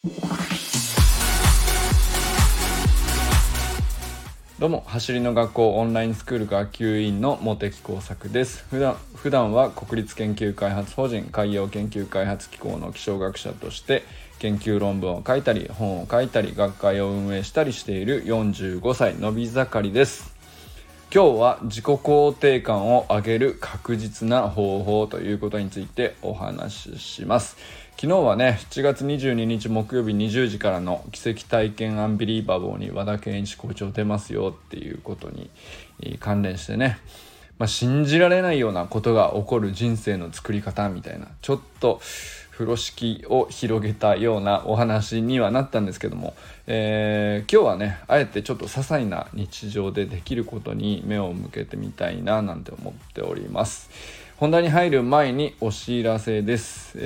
どうも、走りの学校オンラインスクール学級委員の茂木耕作です。普段は国立研究開発法人海洋研究開発機構の気象学者として研究論文を書いたり本を書いたり学会を運営したりしている45歳のび盛りです。今日は自己肯定感を上げる確実な方法ということについてお話しします。昨日はね、7月22日木曜日20時からの奇跡体験アンビリーバボーに和田健一校長出ますよっていうことに関連してね、信じられないようなことが起こる人生の作り方みたいな、ちょっと風呂敷を広げたようなお話にはなったんですけども、今日はね、あえてちょっと些細な日常でできることに目を向けてみたいななんて思っております。本題に入る前にお知らせです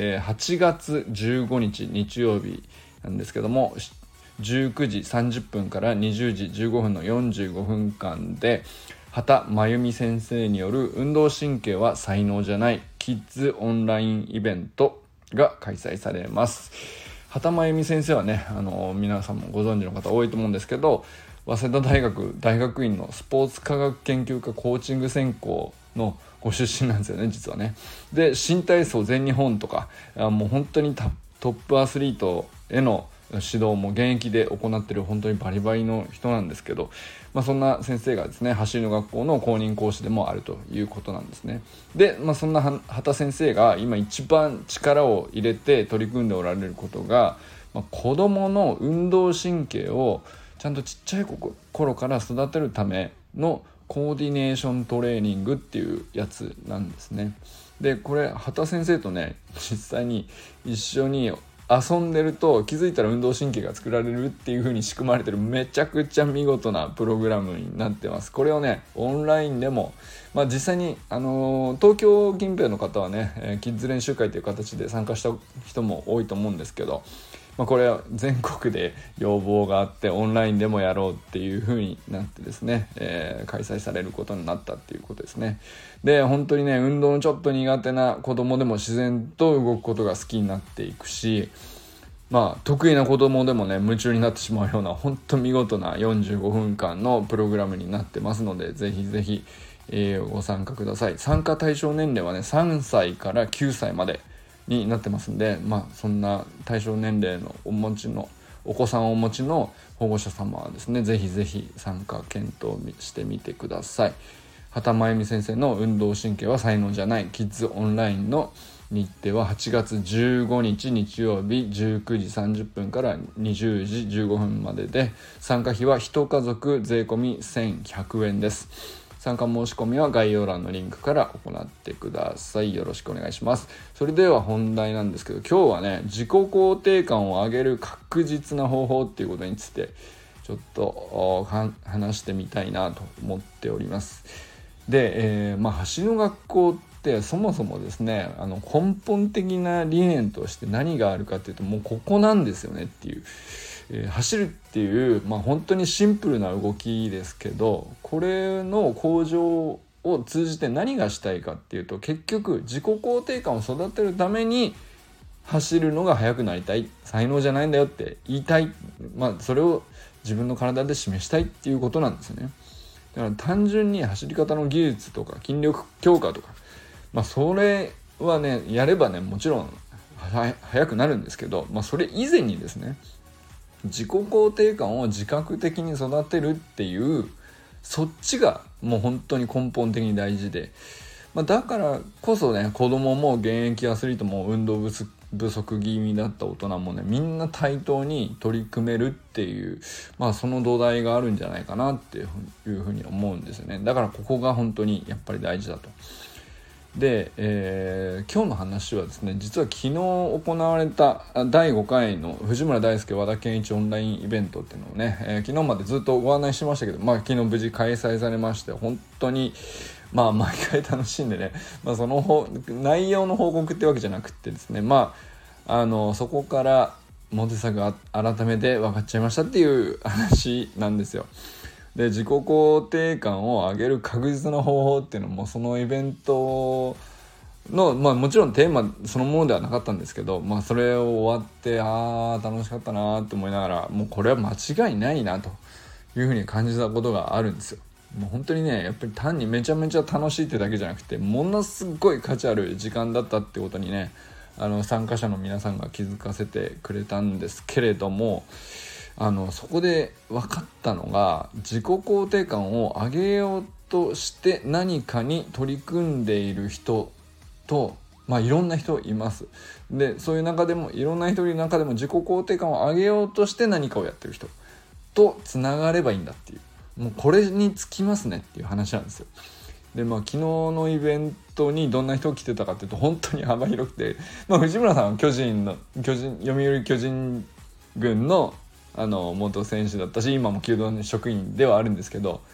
。8月15日日曜日なんですけども、19時30分から20時15分の45分間で畑真由美先生による運動神経は才能じゃないキッズオンラインイベントが開催されます。畑真由美先生はね、皆さんもご存知の方多いと思うんですけど、早稲田大学大学院のスポーツ科学研究科コーチング専攻のご出身なんですよね、実はね。で、新体操全日本とかもう本当にトップアスリートへの指導も現役で行っている本当にバリバリの人なんですけど、そんな先生がですね、走りの学校の公認講師でもあるということなんですね。で、そんな畑先生が今一番力を入れて取り組んでおられることが、子どもの運動神経をちゃんとちっちゃい頃から育てるためのコーディネーショントレーニングっていうやつなんですね。で、これ畑先生とね、実際に一緒に遊んでると気づいたら運動神経が作られるっていう風に仕組まれてる、めちゃくちゃ見事なプログラムになってます。これをね、オンラインでも、実際に、東京近辺の方はね、キッズ練習会という形で参加した人も多いと思うんですけど、これは全国で要望があってオンラインでもやろうっていう風になってですね、開催されることになったっていうことですね。で、本当にね、運動のちょっと苦手な子供でも自然と動くことが好きになっていくし、得意な子供でもね、夢中になってしまうような本当見事な45分間のプログラムになってますので、ぜひぜひ、ご参加ください。参加対象年齢はね、3歳から9歳までになってますんで、そんな対象年齢のお子さんをお持ちの保護者様はですね、ぜひぜひ参加検討してみてください。畑真由美先生の運動神経は才能じゃないキッズオンラインの日程は8月15日日曜日19時30分から20時15分までで、参加費は1家族税込み1100円です。参加申し込みは概要欄のリンクから行ってください。よろしくお願いします。それでは本題なんですけど、今日はね、自己肯定感を上げる確実な方法っていうことについてちょっと話してみたいなと思っております。で、走りの学校ってそもそもですね、根本的な理念として何があるかっていうと、もうここなんですよねっていう。走るっていう、本当にシンプルな動きですけど、これの向上を通じて何がしたいかっていうと、結局自己肯定感を育てるために走るのが速くなりたい、才能じゃないんだよって言いたい、それを自分の体で示したいっていうことなんですよね。だから単純に走り方の技術とか筋力強化とか、それはね、やればね、もちろん速くなるんですけど、それ以前にですね、自己肯定感を自覚的に育てるっていう、そっちがもう本当に根本的に大事で、だからこそね、子供も現役アスリートも運動不足気味だった大人もね、みんな対等に取り組めるっていう、その土台があるんじゃないかなっていうふうに思うんですよね。だからここが本当にやっぱり大事だと。で、今日の話はですね、実は昨日行われた第5回の藤村大輔和田健一オンラインイベントっていうのをね、昨日までずっとご案内しましたけど、昨日無事開催されまして、本当に毎回楽しんでね、その内容の報告ってわけじゃなくてですね、そこからモテ作が改めて分かっちゃいましたっていう話なんですよ。で、自己肯定感を上げる確実な方法っていうのもそのイベントの、もちろんテーマそのものではなかったんですけど、それを終わって楽しかったなって思いながら、もうこれは間違いないなというふうに感じたことがあるんですよ。もう本当にね、やっぱり単にめちゃめちゃ楽しいってだけじゃなくて、ものすごい価値ある時間だったってことにね、参加者の皆さんが気づかせてくれたんですけれども、そこで分かったのが、自己肯定感を上げようとして何かに取り組んでいる人と、いろんな人います。で、そういう中でもいろんな人いる中でも自己肯定感を上げようとして何かをやってる人とつながればいいんだっていう、もうこれにつきますねっていう話なんですよ。で、昨日のイベントにどんな人来てたかっていうと、本当に幅広くて、藤村さんは読売巨人軍の元選手だったし、今も球団の職員ではあるんですけど、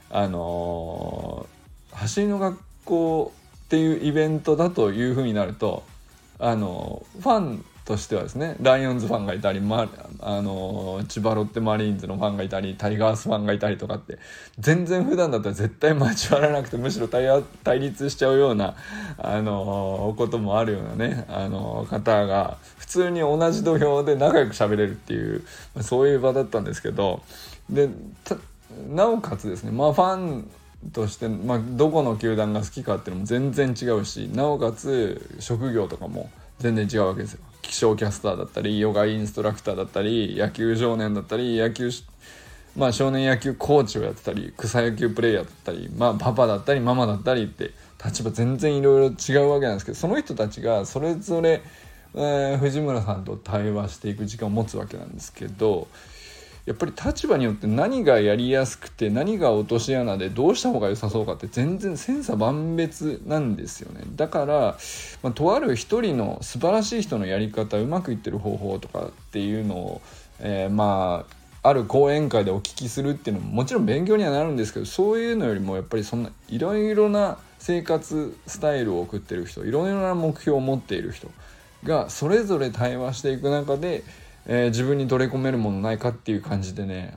走りの学校っていうイベントだという風になると、ファンとしてはですね、ライオンズファンがいたり、千葉ロッテマリーンズのファンがいたり、タイガースファンがいたりとかって、全然普段だったら絶対交わらなくて、むしろ対立しちゃうようなこともあるようなね、方が普通に同じ土俵で仲良く喋れるっていう、そういう場だったんですけど、でなおかつですね、ファンとして、どこの球団が好きかっていうのも全然違うし、なおかつ職業とかも全然違うわけですよ。気象キャスターだったり、ヨガインストラクターだったり、野球少年だったり、少年野球コーチをやってたり、草野球プレイヤーだったり、パパだったりママだったりって立場全然いろいろ違うわけなんですけど、その人たちがそれぞれ、藤村さんと対話していく時間を持つわけなんですけど、やっぱり立場によって何がやりやすくて何が落とし穴でどうした方が良さそうかって全然千差万別なんですよね。だから、とある一人の素晴らしい人のやり方、うまくいってる方法とかっていうのを、ある講演会でお聞きするっていうのももちろん勉強にはなるんですけど、そういうのよりもやっぱりそんないろいろな生活スタイルを送ってる人、いろいろな目標を持っている人がそれぞれ対話していく中で、自分に取り込めるものないかっていう感じでね、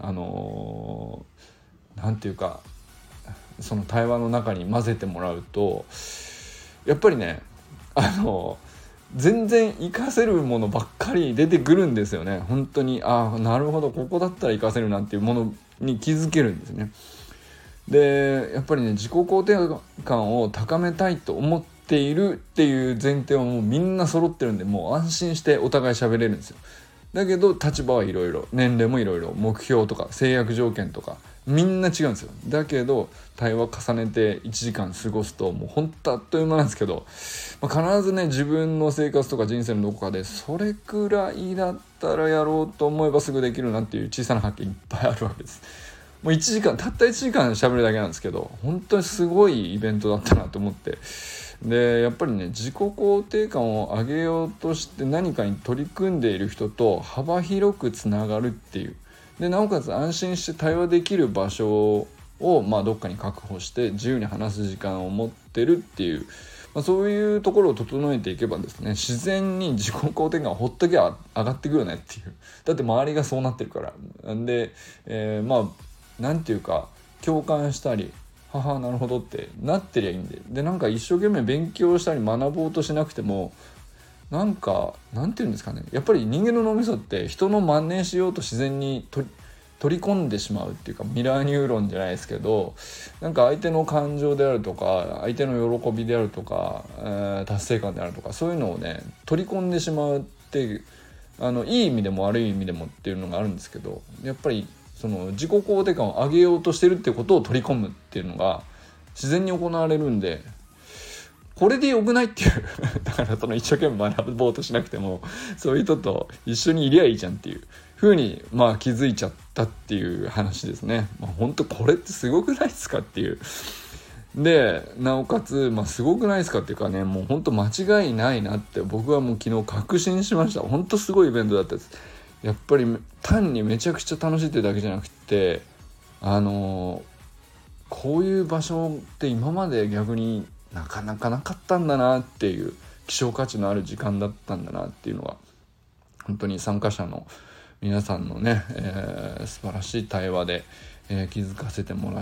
なんていうか、その対話の中に混ぜてもらうと、やっぱりね、全然活かせるものばっかり出てくるんですよね。本当になるほど、ここだったら活かせるなっていうものに気づけるんですね。で、やっぱりね、自己肯定感を高めたいと思っているっていう前提はもうみんな揃ってるんで、もう安心してお互い喋れるんですよ。だけど立場はいろいろ、年齢もいろいろ、目標とか制約条件とかみんな違うんですよ。だけど対話重ねて1時間過ごすと、もうほんとあっという間なんですけど、必ずね、自分の生活とか人生のどこかでそれくらいだったらやろうと思えばすぐできるなっていう小さな発見いっぱいあるわけです。もう1時間、たった1時間喋るだけなんですけど、本当にすごいイベントだったなと思って、でやっぱりね、自己肯定感を上げようとして何かに取り組んでいる人と幅広くつながるっていう、でなおかつ安心して対話できる場所を、どっかに確保して自由に話す時間を持ってるっていう、そういうところを整えていけばですね、自然に自己肯定感をほっときゃ上がってくるよねっていう。だって周りがそうなってるから。なんで、なんていうか、共感したり、なるほどってなってりゃいいんで、なんか一生懸命勉強したり学ぼうとしなくても、なんていうんですかね、やっぱり人間の脳みそって人の真似しようと自然に取り込んでしまうっていうか、ミラーニューロンじゃないですけど、なんか相手の感情であるとか、相手の喜びであるとか、達成感であるとか、そういうのをね取り込んでしまうっていう、いい意味でも悪い意味でもっていうのがあるんですけど、やっぱりその自己肯定感を上げようとしてるっていうことを取り込むっていうのが自然に行われるんで、これでよくないっていうだからその一生懸命学ぼうとしなくても、そういう人と一緒にいりゃいいじゃんっていう風に気づいちゃったっていう話ですね。本当これってすごくないですかっていう。でなおかつ、すごくないですかっていうかね、もう本当間違いないなって僕はもう昨日確信しました。本当すごいイベントだったです。やっぱり単にめちゃくちゃ楽しいってだけじゃなくて、こういう場所って今まで逆になかなかなかったんだなっていう、希少価値のある時間だったんだなっていうのは、本当に参加者の皆さんのね、素晴らしい対話で、気づかせてもらっ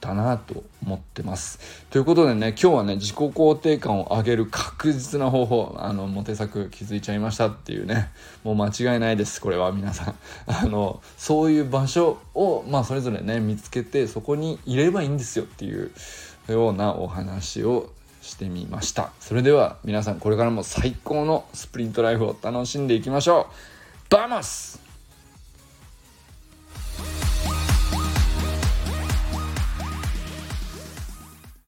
たなと思ってます。ということでね、今日はね自己肯定感を上げる確実な方法、モテ策気づいちゃいましたっていうね、もう間違いないです。これは皆さんそういう場所をそれぞれね見つけて、そこにいればいいんですよっていうようなお話をしてみました。それでは皆さん、これからも最高のスプリントライフを楽しんでいきましょう。バモス。